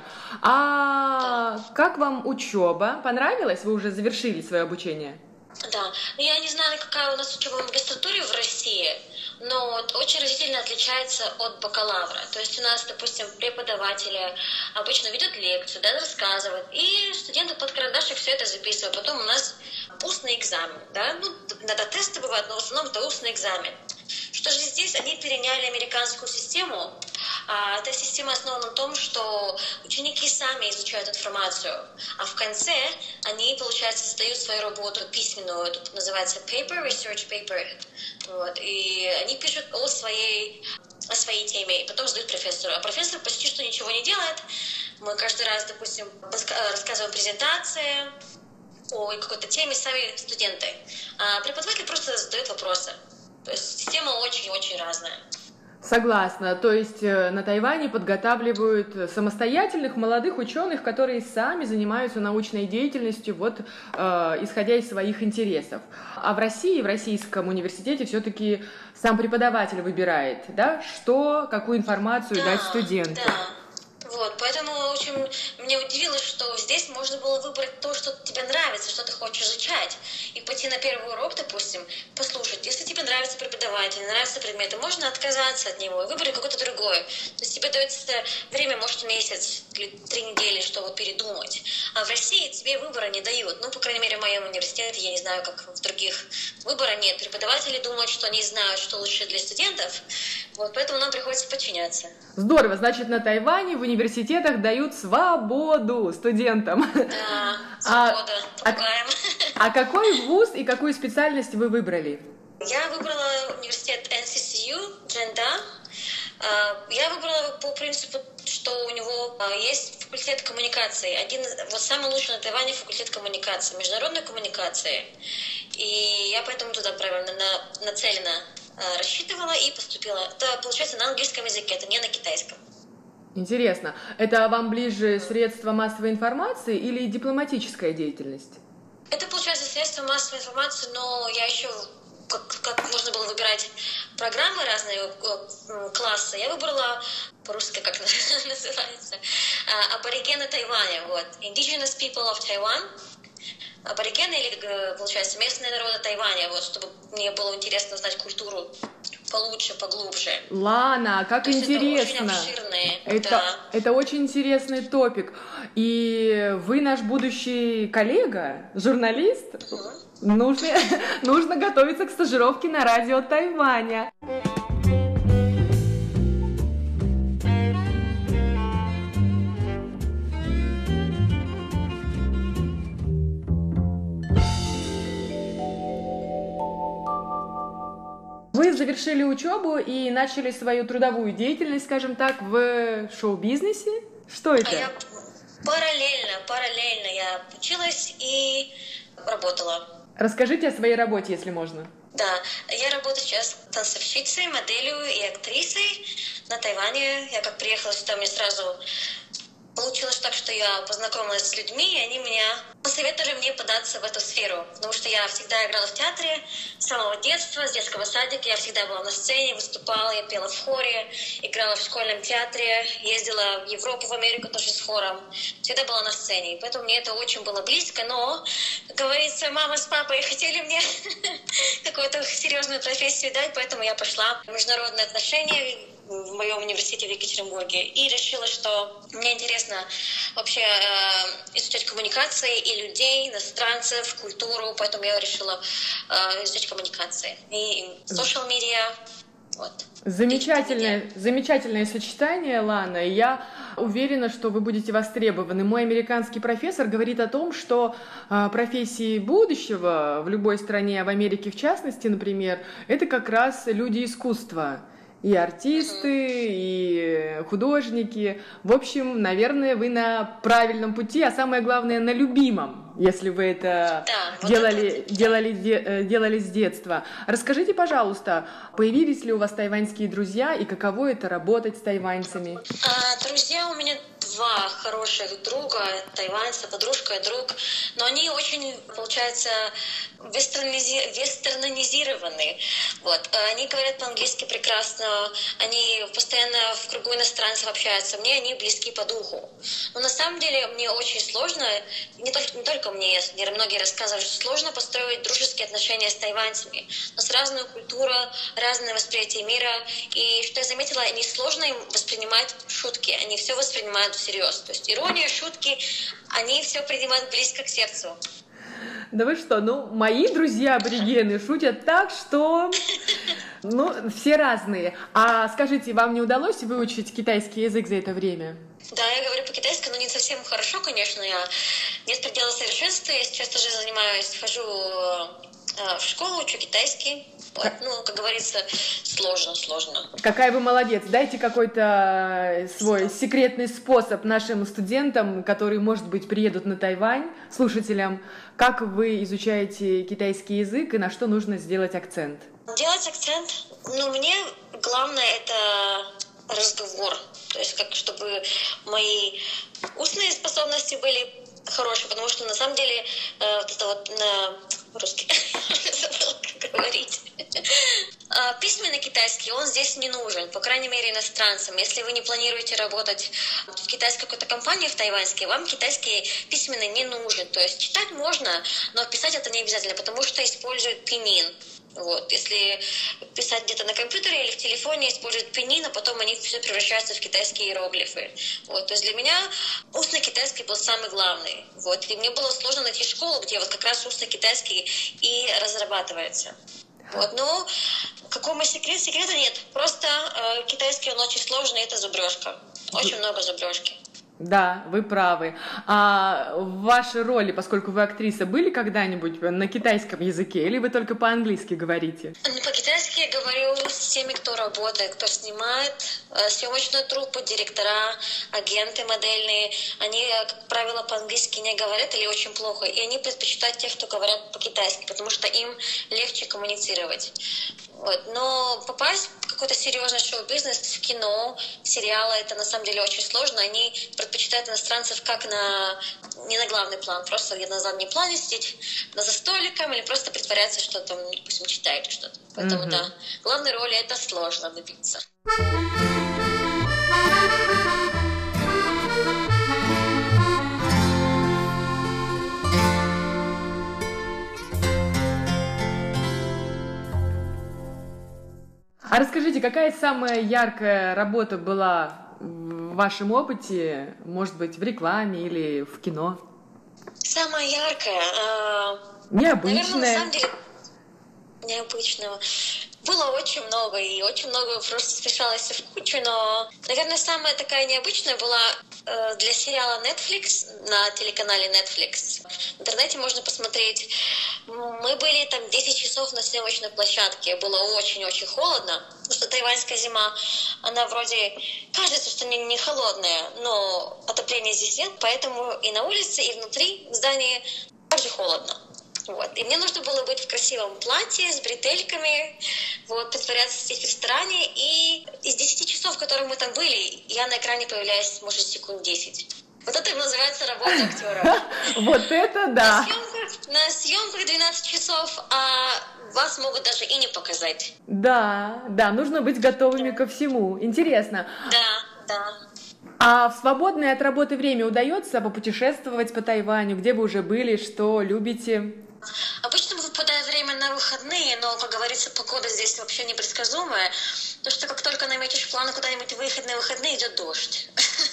Как вам учеба? Понравилось? Вы уже завершили свое обучение? Да. Я не знаю, какая у нас учеба в магистратуре в России, но очень разительно отличается от бакалавра. То есть у нас, допустим, преподаватели обычно ведут лекцию, да, рассказывают, и студенты под карандашик все это записывают. Потом у нас устный экзамен, да, ну, иногда тесты бывают, но в основном это устный экзамен. Что же здесь? Они переняли американскую систему. Эта система основана на том, что ученики сами изучают информацию, а в конце они, получается, сдают свою работу письменную, это называется research paper, вот, и они пишут о своей теме, и потом сдают профессору. А профессор почти что ничего не делает. Мы каждый раз, допустим, рассказываем презентации о какой-то теме, сами студенты. А преподаватель просто задает вопросы. То есть система очень-очень разная. Согласна. То есть на Тайване подготавливают самостоятельных молодых ученых, которые сами занимаются научной деятельностью, вот, исходя из своих интересов. А в России, в российском университете все-таки сам преподаватель выбирает, да, какую информацию дать студенту. Да. Вот, поэтому очень меня удивило, что здесь можно было выбрать то, что тебе нравится, что ты хочешь изучать, и пойти на первый урок, допустим, послушать. Если тебе нравится преподаватель, нравятся предметы, можно отказаться от него и выбрать какой-то другой. То есть тебе дается время, может, месяц или 3 недели, чтобы передумать. А в России тебе выбора не дают. Ну, по крайней мере, в моем университете, я не знаю, как в других, выбора нет. Преподаватели думают, что они знают, что лучше для студентов, вот, поэтому нам приходится подчиняться. Здорово, значит, на Тайване в университетах дают свободу студентам. Да, свобода, помогаем. А какой вуз и какую специальность вы выбрали? Я выбрала университет NCCU, Дженда. Я выбрала его по принципу, что у него есть факультет коммуникации. Вот самый лучший на Тайване факультет коммуникации, международной коммуникации. И я поэтому туда правильно нацеленно рассчитывала и поступила. Это получается на английском языке, это не на китайском. Интересно. Это вам ближе средства массовой информации или дипломатическая деятельность? Это, получается, средства массовой информации, но я еще, как можно было выбирать программы разные, классы, я выбрала, по-русски как называется, аборигены Тайваня, вот, Indigenous People of Taiwan, аборигены или, получается, местные народы Тайваня, вот, чтобы мне было интересно знать культуру получше, поглубже. Лана, как интересно. Это очень интересный топик. И вы наш будущий коллега, журналист. Нужно готовиться к стажировке на радио Тайваня. Вы завершили учебу и начали свою трудовую деятельность, скажем так, в шоу-бизнесе. Что это? Я параллельно я училась и работала. Расскажите о своей работе, если можно. Да, я работаю сейчас танцовщицей, моделью и актрисой на Тайване. Я как приехала сюда, мне сразу получилось так, что я познакомилась с людьми, и они посоветовали мне податься в эту сферу, потому что я всегда играла в театре с самого детства, с детского садика, я всегда была на сцене, выступала, я пела в хоре, играла в школьном театре, ездила в Европу, в Америку тоже с хором, всегда была на сцене, и поэтому мне это очень было близко, но, как говорится, мама с папой хотели мне какую-то серьезную профессию дать, поэтому я пошла в международные отношения в моем университете в Екатеринбурге и решила, что мне интересно вообще изучать коммуникации и людей, иностранцев, культуру, поэтому я решила изучать коммуникации и social media. Вот. Замечательное сочетание, Лана. И я уверена, что вы будете востребованы. Мой американский профессор говорит о том, что профессии будущего в любой стране, а в Америке в частности, например, это как раз люди искусства. И артисты, и художники. В общем, наверное, вы на правильном пути, а самое главное, на любимом, если вы это делали с детства. Расскажите, пожалуйста, появились ли у вас тайваньские друзья и каково это работать с тайваньцами? Друзья у меня два хороших друга, тайваньца, подружка и друг, но они очень, получается, вестернизированы. Вот. Они говорят по-английски прекрасно, они постоянно в кругу иностранцев общаются, мне они близки по духу. Но на самом деле мне очень сложно, не только мне, многие рассказывают, что сложно построить дружеские отношения с тайваньцами. У нас разная культура, разное восприятие мира, и что я заметила, они сложно им воспринимать шутки, они все воспринимают всерьез. То есть ирония, шутки, они все принимают близко к сердцу. Да вы что, мои друзья-аборигены шутят так, что... все разные. А скажите, вам не удалось выучить китайский язык за это время? Да, я говорю по-китайски, но не совсем хорошо, конечно. Нет предела совершенства. Я сейчас тоже хожу в школу, учу китайский. Вот. Как говорится, сложно. Какая вы молодец. Дайте какой-то свой секретный способ нашим студентам, которые, может быть, приедут на Тайвань, слушателям. Как вы изучаете китайский язык и на что нужно сделать акцент? Делать акцент? Мне главное это разговор. То есть, чтобы мои устные способности были хорошие, потому что на самом деле на русский забыла, как говорить. Письменный китайский, он здесь не нужен, по крайней мере, иностранцам. Если вы не планируете работать в китайской какой-то компании в тайваньской, вам китайский письменный не нужен. То есть читать можно, но писать это не обязательно, потому что используют пинyin. Вот. Если писать где-то на компьютере или в телефоне, используют пинyin, а потом они все превращаются в китайские иероглифы. Вот. То есть для меня устный китайский был самый главный. Вот. И мне было сложно найти школу, где как раз устный китайский и разрабатывается. Вот. Но какой мой секрет? Секрета нет. Просто китайский он очень сложный, это зубрежка. Очень много зубрежки. Да, вы правы. А ваши роли, поскольку вы актриса, были когда-нибудь на китайском языке, или вы только по-английски говорите? По-китайски я говорю с теми, кто работает, кто снимает. Съемочная труппа, директора, агенты модельные, они, как правило, по-английски не говорят или очень плохо. И они предпочитают тех, кто говорят по-китайски, потому что им легче коммуницировать. Вот. Но попасть в какой-то серьезный шоу-бизнес, в кино, в сериалы, это на самом деле очень сложно. Они предпочитают иностранцев как не на главный план, просто где на заднем плане сидеть за столиком или просто притворяться, что там, допустим, читают что-то. Поэтому, да, главной роли это сложно добиться. А расскажите, какая самая яркая работа была в вашем опыте, может быть, в рекламе или в кино? Самая яркая? Необычная. Наверное, на самом деле, необычного. Было очень много, и очень много просто смешалось в кучу, но, наверное, самая такая необычная была для сериала Netflix, на телеканале Netflix. В интернете можно посмотреть. Мы были там 10 часов на съемочной площадке, было очень-очень холодно, потому что тайваньская зима, она вроде кажется, что не холодная, но отопления здесь нет, поэтому и на улице, и внутри здания также холодно. Вот. И мне нужно было быть в красивом платье с бретельками, вот, притворяться здесь в ресторане. И из 10 часов, которые мы там были, я на экране появляюсь, может, секунд 10. Вот это называется работа актера. Вот это да! На съемках 12 часов, а вас могут даже и не показать. Да, нужно быть готовыми ко всему. Интересно. Да. А в свободное от работы время удается попутешествовать по Тайваню? Где вы уже были, что любите? Обычно выпадает время на выходные, но, как говорится, погода здесь вообще непредсказуемая. Потому что как только наметишь планы куда-нибудь выехать на выходные, идет дождь.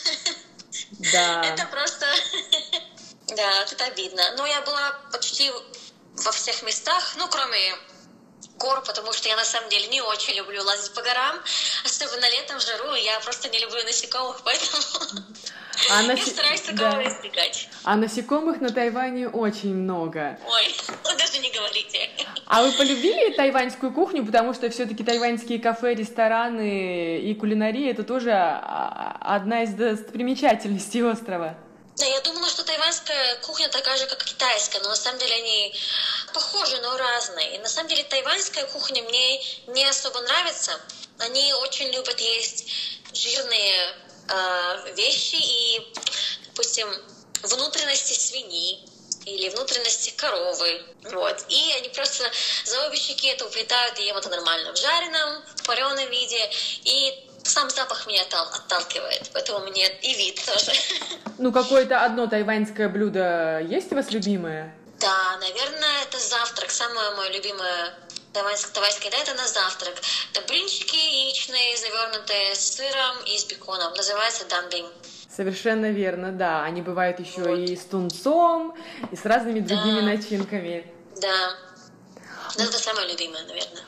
Да. Это просто... Да, это обидно. Но я была почти во всех местах, кроме гор, потому что я на самом деле не очень люблю лазить по горам, особенно летом в жару, я просто не люблю насекомых, поэтому я стараюсь такого избегать. А насекомых на Тайване очень много. Ой, даже не говорите. А вы полюбили тайваньскую кухню, потому что все-таки тайваньские кафе, рестораны и кулинария — это тоже одна из достопримечательностей острова? Да, я думала, что тайваньская кухня такая же, как китайская, но на самом деле они похожи, но разные. И на самом деле тайваньская кухня мне не особо нравится. Они очень любят есть жирные вещи и, допустим, внутренности свиньи или внутренности коровы. Вот. И они просто за обе щеки это уплетают и ем это нормально в жареном, в пареном виде. И сам запах меня отталкивает, поэтому мне и вид тоже. Какое-то одно тайваньское блюдо есть у вас любимое? Да, наверное, это завтрак. Самое мое любимое тайваньская еда — это на завтрак. Это блинчики яичные, завернутые с сыром и с беконом. Называется дамбинг. Совершенно верно, да. Они бывают еще и с тунцом, и с разными другими начинками. Да. Это самое любимое, наверное.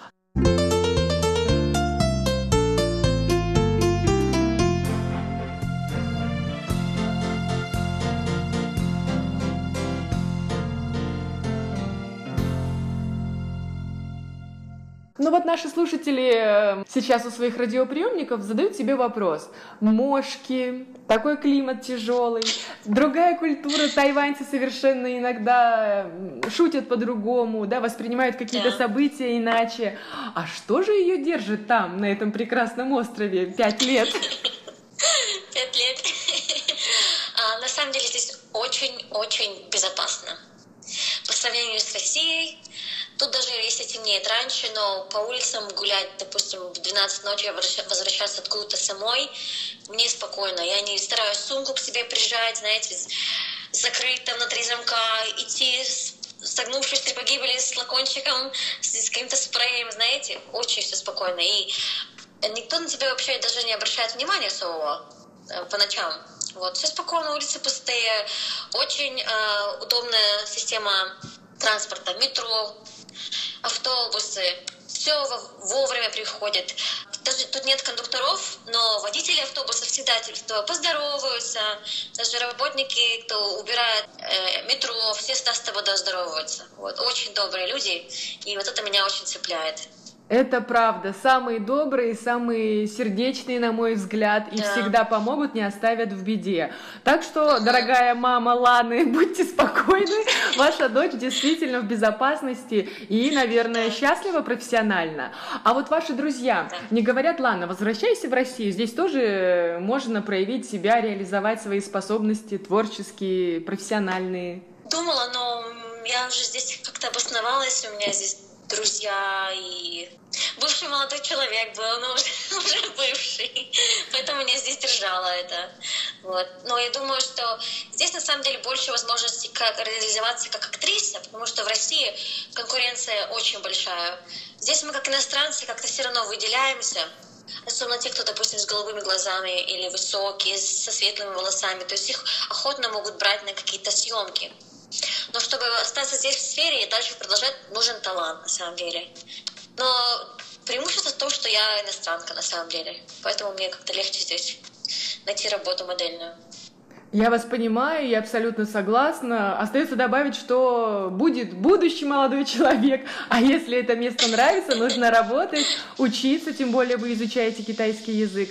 Наши слушатели сейчас у своих радиоприемников задают себе вопрос. Мошки, такой климат тяжелый, другая культура, тайваньцы совершенно иногда шутят по-другому, воспринимают какие-то события иначе. А что же ее держит там, на этом прекрасном острове, 5 лет? 5 лет. На самом деле здесь очень-очень безопасно. По сравнению с Россией, тут даже если темнеет раньше, но по улицам гулять, допустим, в 12 ночи возвращаться откуда-то самой, мне спокойно. Я не стараюсь сумку к себе прижать, знаете, закрыть там на 3 замка, идти согнувшись при погибели с флакончиком, с каким-то спреем, знаете, очень все спокойно. И никто на тебя вообще даже не обращает внимания особого по ночам. Вот, все спокойно, улицы пустые, очень удобная система транспорта, метро, автобусы, все вовремя приходит. даже тут нет кондукторов, но водители автобусов всегда поздороваются, даже работники, кто убирает метро, все с тобой здороваются. Вот, очень добрые люди, и вот это меня очень цепляет. Это правда. Самые добрые, самые сердечные, на мой взгляд, и всегда помогут, не оставят в беде. Так что, дорогая мама Ланы, будьте спокойны, ваша дочь действительно в безопасности и, наверное, счастлива профессионально. А вот ваши друзья не говорят: Лана, возвращайся в Россию, здесь тоже можно проявить себя, реализовать свои способности творческие, профессиональные? Думала, но я уже здесь как-то обосновалась, у меня здесь друзья и бывший молодой человек был, но уже бывший, поэтому меня здесь держало это. Вот. Но я думаю, что здесь на самом деле больше возможностей как реализоваться как актриса, потому что в России конкуренция очень большая. Здесь мы как иностранцы как-то все равно выделяемся, особенно те, кто, допустим, с голубыми глазами или высокие, со светлыми волосами, то есть их охотно могут брать на какие-то съемки. Но чтобы остаться здесь в сфере и дальше продолжать, нужен талант на самом деле. Но преимущество в том, что я иностранка на самом деле. Поэтому мне как-то легче здесь найти работу модельную. Я вас понимаю, я абсолютно согласна. Остается добавить, что будет будущий молодой человек, а если это место нравится, нужно работать, учиться, тем более вы изучаете китайский язык.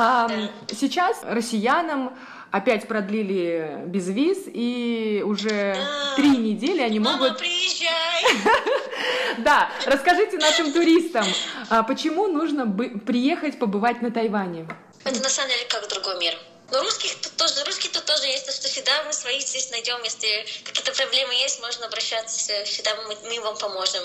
Сейчас россиянам опять продлили безвиз, и уже 3 недели они могут... Мама, приезжай! Да, расскажите нашим туристам, почему нужно приехать побывать на Тайване? Это на самом деле как другой мир. Но русские тут тоже есть, то что всегда мы своих здесь найдем, если какие-то проблемы есть, можно обращаться, всегда мы вам поможем.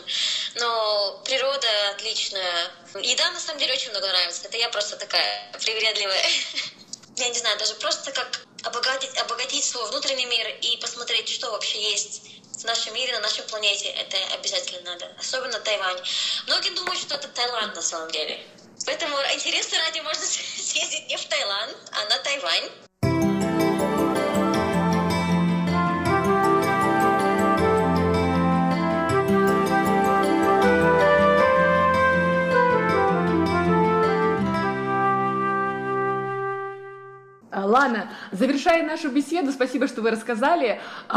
Но природа отличная. Еда на самом деле очень много нравится, это я просто такая привередливая. Я не знаю, даже просто как обогатить свой внутренний мир и посмотреть, что вообще есть в нашем мире, на нашей планете, это обязательно надо. Особенно Тайвань. Многие думают, что это Таиланд на самом деле. Поэтому интереса ради можно съездить не в Таиланд, а на Тайвань. Лана, завершая нашу беседу, спасибо, что вы рассказали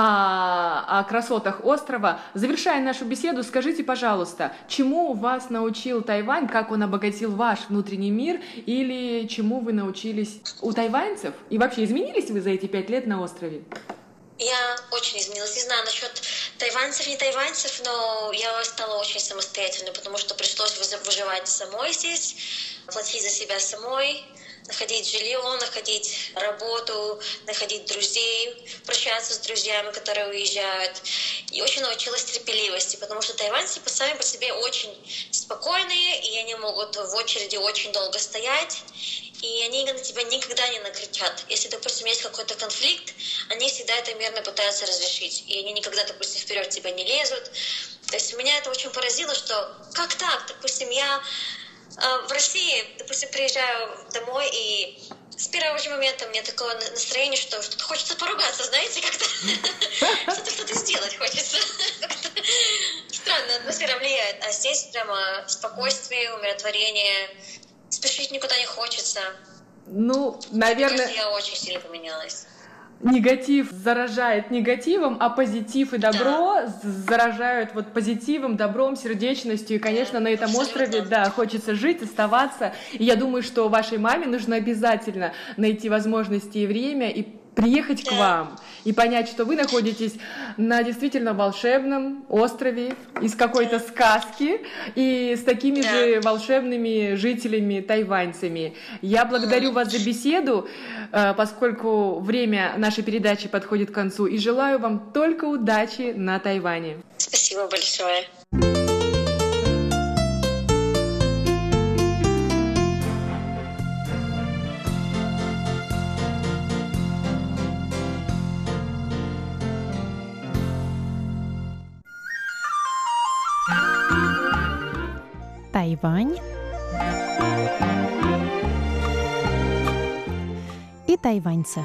о красотах острова. Завершая нашу беседу, скажите, пожалуйста, чему вас научил Тайвань, как он обогатил ваш внутренний мир, или чему вы научились у тайваньцев? И вообще, изменились вы за эти 5 лет на острове? Я очень изменилась. Не знаю насчет тайваньцев, не тайваньцев, но я стала очень самостоятельной, потому что пришлось выживать самой здесь, платить за себя самой, находить жилье, находить работу, находить друзей, прощаться с друзьями, которые уезжают. И очень научилась терпеливости, потому что тайваньцы сами по себе очень спокойные, и они могут в очереди очень долго стоять, и они на тебя никогда не накричат. Если, допустим, есть какой-то конфликт, они всегда это мирно пытаются разрешить, и они никогда, допустим, вперед тебя не лезут. То есть меня это очень поразило, что как так? Допустим, я в России, допустим, приезжаю домой, и с первого же момента у меня такое настроение, что что-то хочется поругаться, знаете, как-то что-то сделать хочется. Странная атмосфера влияет, а здесь прямо спокойствие, умиротворение, спешить никуда не хочется. Ну, наверное... Я очень сильно поменялась. Негатив заражает негативом, а позитив и добро заражают вот позитивом, добром, сердечностью. И, конечно, на этом острове, хочется жить, оставаться. И я думаю, что вашей маме нужно обязательно найти возможности и время, и приехать к вам, и понять, что вы находитесь на действительно волшебном острове из какой-то сказки и с такими же волшебными жителями, тайваньцами. Я благодарю вас за беседу, поскольку время нашей передачи подходит к концу, и желаю вам только удачи на Тайване. Спасибо большое. Тайвань и тайваньцы.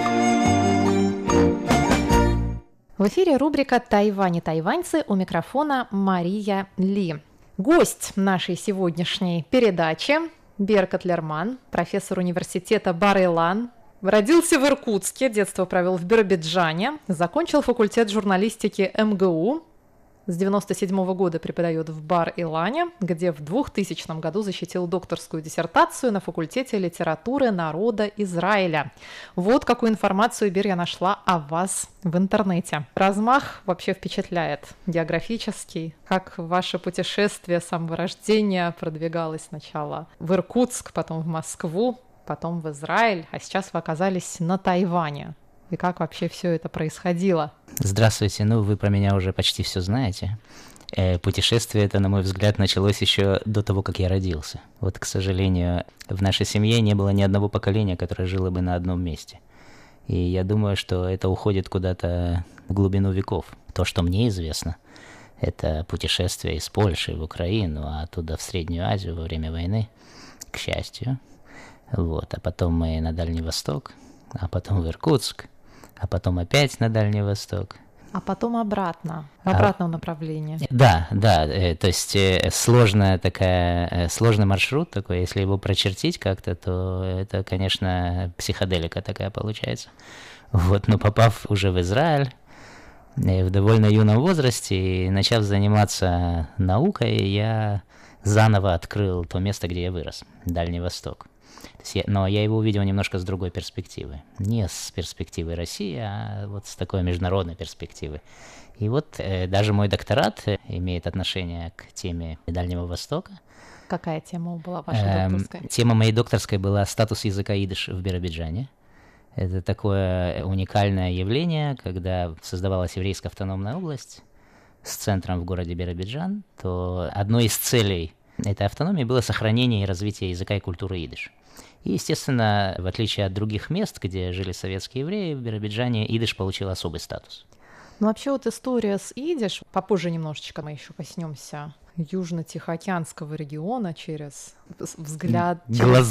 В эфире рубрика «Тайвань и тайваньцы», у микрофона Мария Ли. Гость нашей сегодняшней передачи Беркат Лерман, профессор университета Бар-Илан, родился в Иркутске, детство провел в Биробиджане, закончил факультет журналистики МГУ, с 1997 года преподает в Бар-Илане, где в 2000 году защитил докторскую диссертацию на факультете литературы народа Израиля. Вот какую информацию, Бир, я нашла о вас в интернете. Размах вообще впечатляет, географический. Как ваше путешествие с самого рождения продвигалось сначала в Иркутск, потом в Москву, потом в Израиль, а сейчас вы оказались на Тайване. И как вообще все это происходило? Здравствуйте, вы про меня уже почти все знаете. Путешествие это, на мой взгляд, началось еще до того, как я родился. Вот, к сожалению, в нашей семье не было ни одного поколения, которое жило бы на одном месте. И я думаю, что это уходит куда-то в глубину веков. То, что мне известно, это путешествие из Польши в Украину, а оттуда в Среднюю Азию во время войны, к счастью. Вот. А потом мы на Дальний Восток, а потом в Иркутск, а потом опять на Дальний Восток. А потом обратно, в обратном направлении. Да, то есть сложный маршрут такой, если его прочертить как-то, то это, конечно, психоделика такая получается. Вот, но попав уже в Израиль в довольно юном возрасте и начав заниматься наукой, я заново открыл то место, где я вырос, Дальний Восток. Но я его увидел немножко с другой перспективы. Не с перспективы России, а вот с такой международной перспективы. И вот даже мой докторат имеет отношение к теме Дальнего Востока. Какая тема была вашей докторской? Тема моей докторской была «Статус языка идиш в Биробиджане». Это такое уникальное явление, когда создавалась еврейская автономная область с центром в городе Биробиджан, то одной из целей этой автономии было сохранение и развитие языка и культуры идиш. И, естественно, в отличие от других мест, где жили советские евреи, в Биробиджане идиш получил особый статус. Ну, вообще вот история с идиш, попозже немножечко мы еще коснемся Южно-Тихоокеанского региона через взгляд,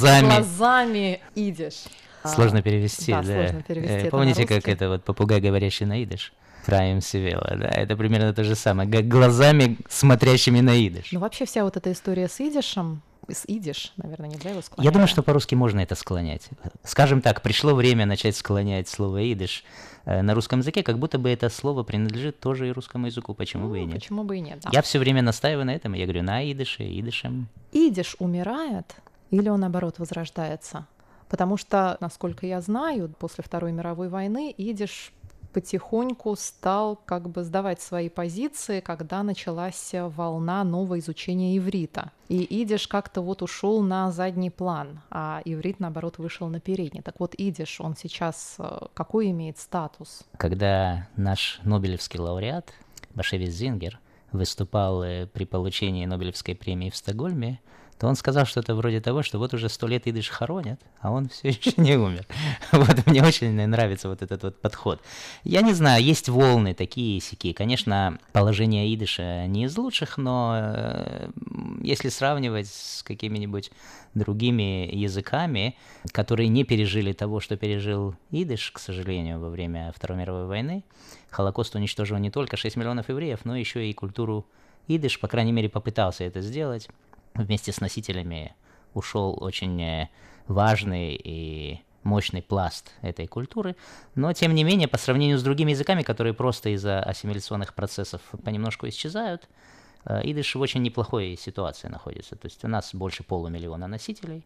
глазами идиш. Сложно перевести, да. Сложно перевести. Помните, как это вот попугай, говорящий на идиш? Фраим Сивела, да, это примерно то же самое, глазами, смотрящими на идиш. Ну, вообще вся вот эта история с идишем, с идиш, наверное, нельзя его склонять. Я думаю, что по-русски можно это склонять. Скажем так, пришло время начать склонять слово идиш на русском языке, как будто бы это слово принадлежит тоже и русскому языку, почему бы и нет. Почему бы и нет, да. Я все время настаиваю на этом, я говорю на идише, идишем. Идиш умирает или он, наоборот, возрождается? Потому что, насколько я знаю, после Второй мировой войны идиш потихоньку стал как бы сдавать свои позиции, когда началась волна нового изучения иврита. И идиш как-то вот ушел на задний план, а иврит, наоборот, вышел на передний. Так вот, идиш, он сейчас какой имеет статус? Когда наш нобелевский лауреат Башевис Зингер выступал при получении Нобелевской премии в Стокгольме, то он сказал что-то вроде того, что вот уже 100 лет идиш хоронят, а он все еще не умер. Вот мне очень нравится вот этот вот подход. Я не знаю, есть волны такие и сякие. Конечно, положение идиша не из лучших, но если сравнивать с какими-нибудь другими языками, которые не пережили того, что пережил идиш, к сожалению, во время Второй мировой войны, Холокост уничтожил не только 6 миллионов евреев, но еще и культуру идиш, по крайней мере, попытался это сделать. Вместе с носителями ушел очень важный и мощный пласт этой культуры, но, тем не менее, по сравнению с другими языками, которые просто из-за ассимиляционных процессов понемножку исчезают, идиш в очень неплохой ситуации находится. То есть у нас больше 500 000 носителей,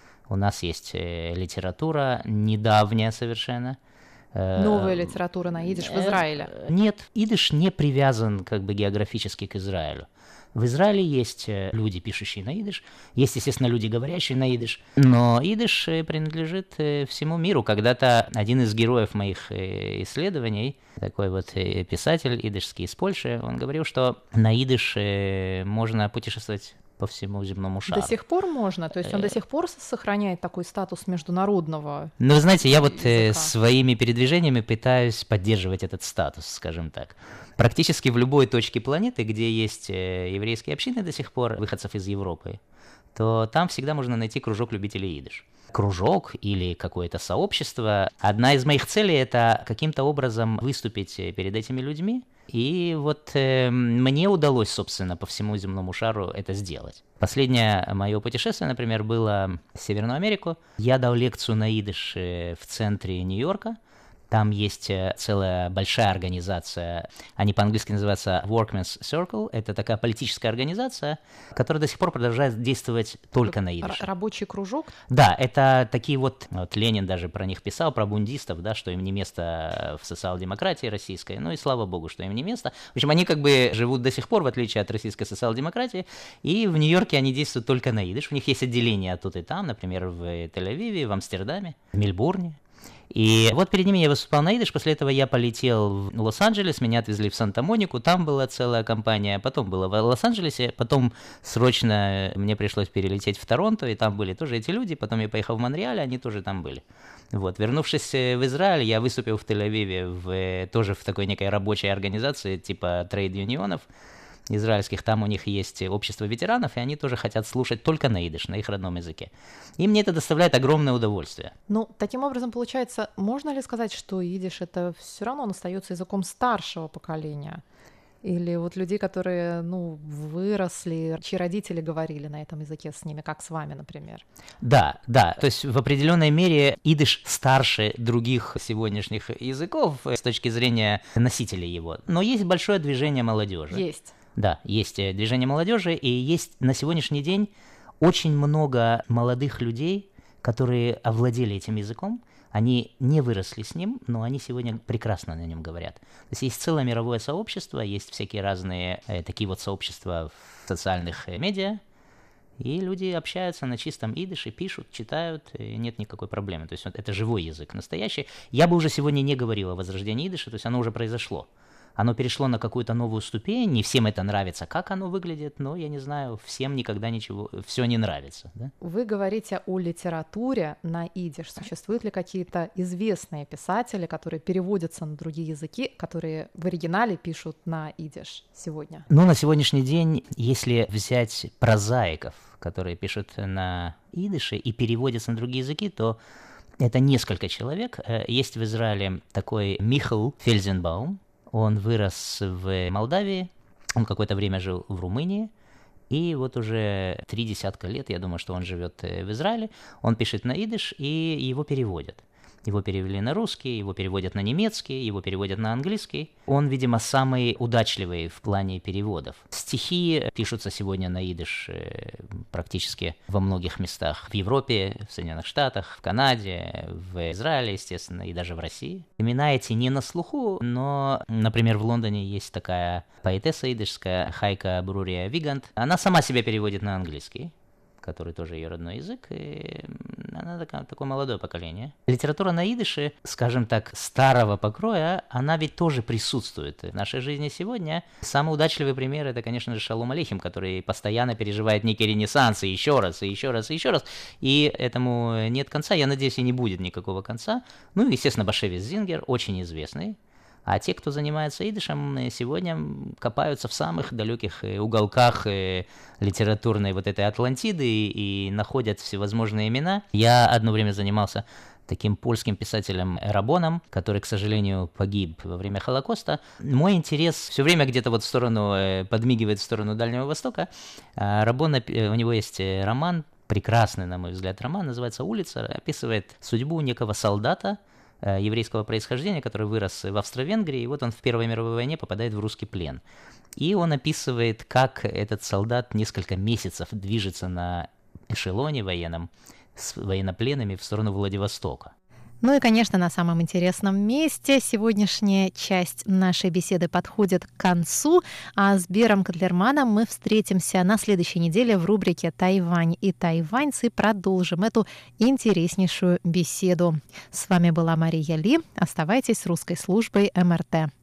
у нас есть литература недавняя совершенно. Новая литература на идиш в Израиле? Нет, идиш не привязан как бы географически к Израилю. В Израиле есть люди, пишущие на идиш, есть, естественно, люди, говорящие на идиш, но идиш принадлежит всему миру. Когда-то один из героев моих исследований, такой вот писатель идишский из Польши, он говорил, что на идиш можно путешествовать по всему земному шару. До сих пор можно? То есть он до сих пор сохраняет такой статус международного? Ну, вы знаете, я вот своими передвижениями пытаюсь поддерживать этот статус, скажем так. Практически в любой точке планеты, где есть еврейские общины до сих пор, выходцев из Европы, то там всегда можно найти кружок любителей идиш. кружок или какое-то сообщество. Одна из моих целей – это каким-то образом выступить перед этими людьми. И вот мне удалось, собственно, по всему земному шару это сделать. Последнее мое путешествие, например, было в Северную Америку. Я дал лекцию на идиш в центре Нью-Йорка. Там есть целая большая организация, они по-английски называются Workmen's Circle. Это такая политическая организация, которая до сих пор продолжает действовать только на идише. Рабочий кружок? Да, это такие вот Ленин даже про них писал, про бундистов, да, что им не место в социал-демократии российской, ну и слава богу, что им не место. В общем, они как бы живут до сих пор, в отличие от российской социал-демократии, и в Нью-Йорке они действуют только на идиш. У них есть отделения тут и там, например, в Тель-Авиве, в Амстердаме, в Мельбурне. И вот перед ними я выступал на идиш, после этого я полетел в Лос-Анджелес, меня отвезли в Санта-Монику, там была целая компания, потом было в Лос-Анджелесе, потом срочно мне пришлось перелететь в Торонто, и там были тоже эти люди, потом я поехал в Монреаль, они тоже там были. Вот. Вернувшись в Израиль, я выступил в Тель-Авиве тоже в такой некой рабочей организации типа трейд-юнионов израильских, там у них есть общество ветеранов, и они тоже хотят слушать только на идиш, на их родном языке. И мне это доставляет огромное удовольствие. Ну, таким образом, получается, можно ли сказать, что идиш это все равно он остается языком старшего поколения? Или вот людей, которые, выросли, чьи родители говорили на этом языке с ними, как с вами, например? Да, то есть в определенной мере идиш старше других сегодняшних языков с точки зрения носителей его. Но есть большое движение молодежи. Есть. Да, есть движение молодежи, и есть на сегодняшний день очень много молодых людей, которые овладели этим языком. Они не выросли с ним, но они сегодня прекрасно на нем говорят. То есть целое мировое сообщество, есть всякие разные такие вот сообщества в социальных медиа, и люди общаются на чистом идише, пишут, читают, и нет никакой проблемы. То есть это живой язык, настоящий. Я бы уже сегодня не говорил о возрождении идиша, то есть оно уже произошло. Оно перешло на какую-то новую ступень, не всем это нравится, как оно выглядит, но, я не знаю, всем никогда ничего, все не нравится. Да? Вы говорите о литературе на идиш. Существуют ли какие-то известные писатели, которые переводятся на другие языки, которые в оригинале пишут на идиш сегодня? Ну, на сегодняшний день, если взять прозаиков, которые пишут на идише и переводятся на другие языки, то это несколько человек. Есть в Израиле такой Михаил Фельзенбаум. Он вырос в Молдавии, он какое-то время жил в Румынии, и вот уже 30 лет, я думаю, что он живет в Израиле. Он пишет на идиш, и его переводят. Его перевели на русский, его переводят на немецкий, его переводят на английский. Он, видимо, самый удачливый в плане переводов. Стихи пишутся сегодня на идиш практически во многих местах. В Европе, в Соединенных Штатах, в Канаде, в Израиле, естественно, и даже в России. Имена эти не на слуху, но, например, в Лондоне есть такая поэтесса идишская Хайка Брурия Вигант. Она сама себя переводит на английский, который тоже ее родной язык, и она такое молодое поколение. Литература на идише, скажем так, старого покроя, она ведь тоже присутствует в нашей жизни сегодня. Самый удачливый пример — это, конечно же, Шалом Алейхим, который постоянно переживает некий ренессанс, и еще раз, и еще раз, и еще раз, и этому нет конца, я надеюсь, и не будет никакого конца. Ну и, естественно, Башевис Зингер, очень известный. А те, кто занимается идишем, сегодня копаются в самых далеких уголках литературной вот этой Атлантиды и находят всевозможные имена. Я одно время занимался таким польским писателем Рабоном, который, к сожалению, погиб во время Холокоста. Мой интерес все время где-то вот в сторону, подмигивает в сторону Дальнего Востока. Рабон, у него есть роман, прекрасный, на мой взгляд, роман, называется «Улица», описывает судьбу некого солдата еврейского происхождения, который вырос в Австро-Венгрии, и вот он в Первой мировой войне попадает в русский плен. И он описывает, как этот солдат несколько месяцев движется на эшелоне военном с военнопленными в сторону Владивостока. Ну и, конечно, на самом интересном месте сегодняшняя часть нашей беседы подходит к концу, а с Бером Котлерманом мы встретимся на следующей неделе в рубрике «Тайвань и тайваньцы» и продолжим эту интереснейшую беседу. С вами была Мария Ли. Оставайтесь с русской службой МРТ.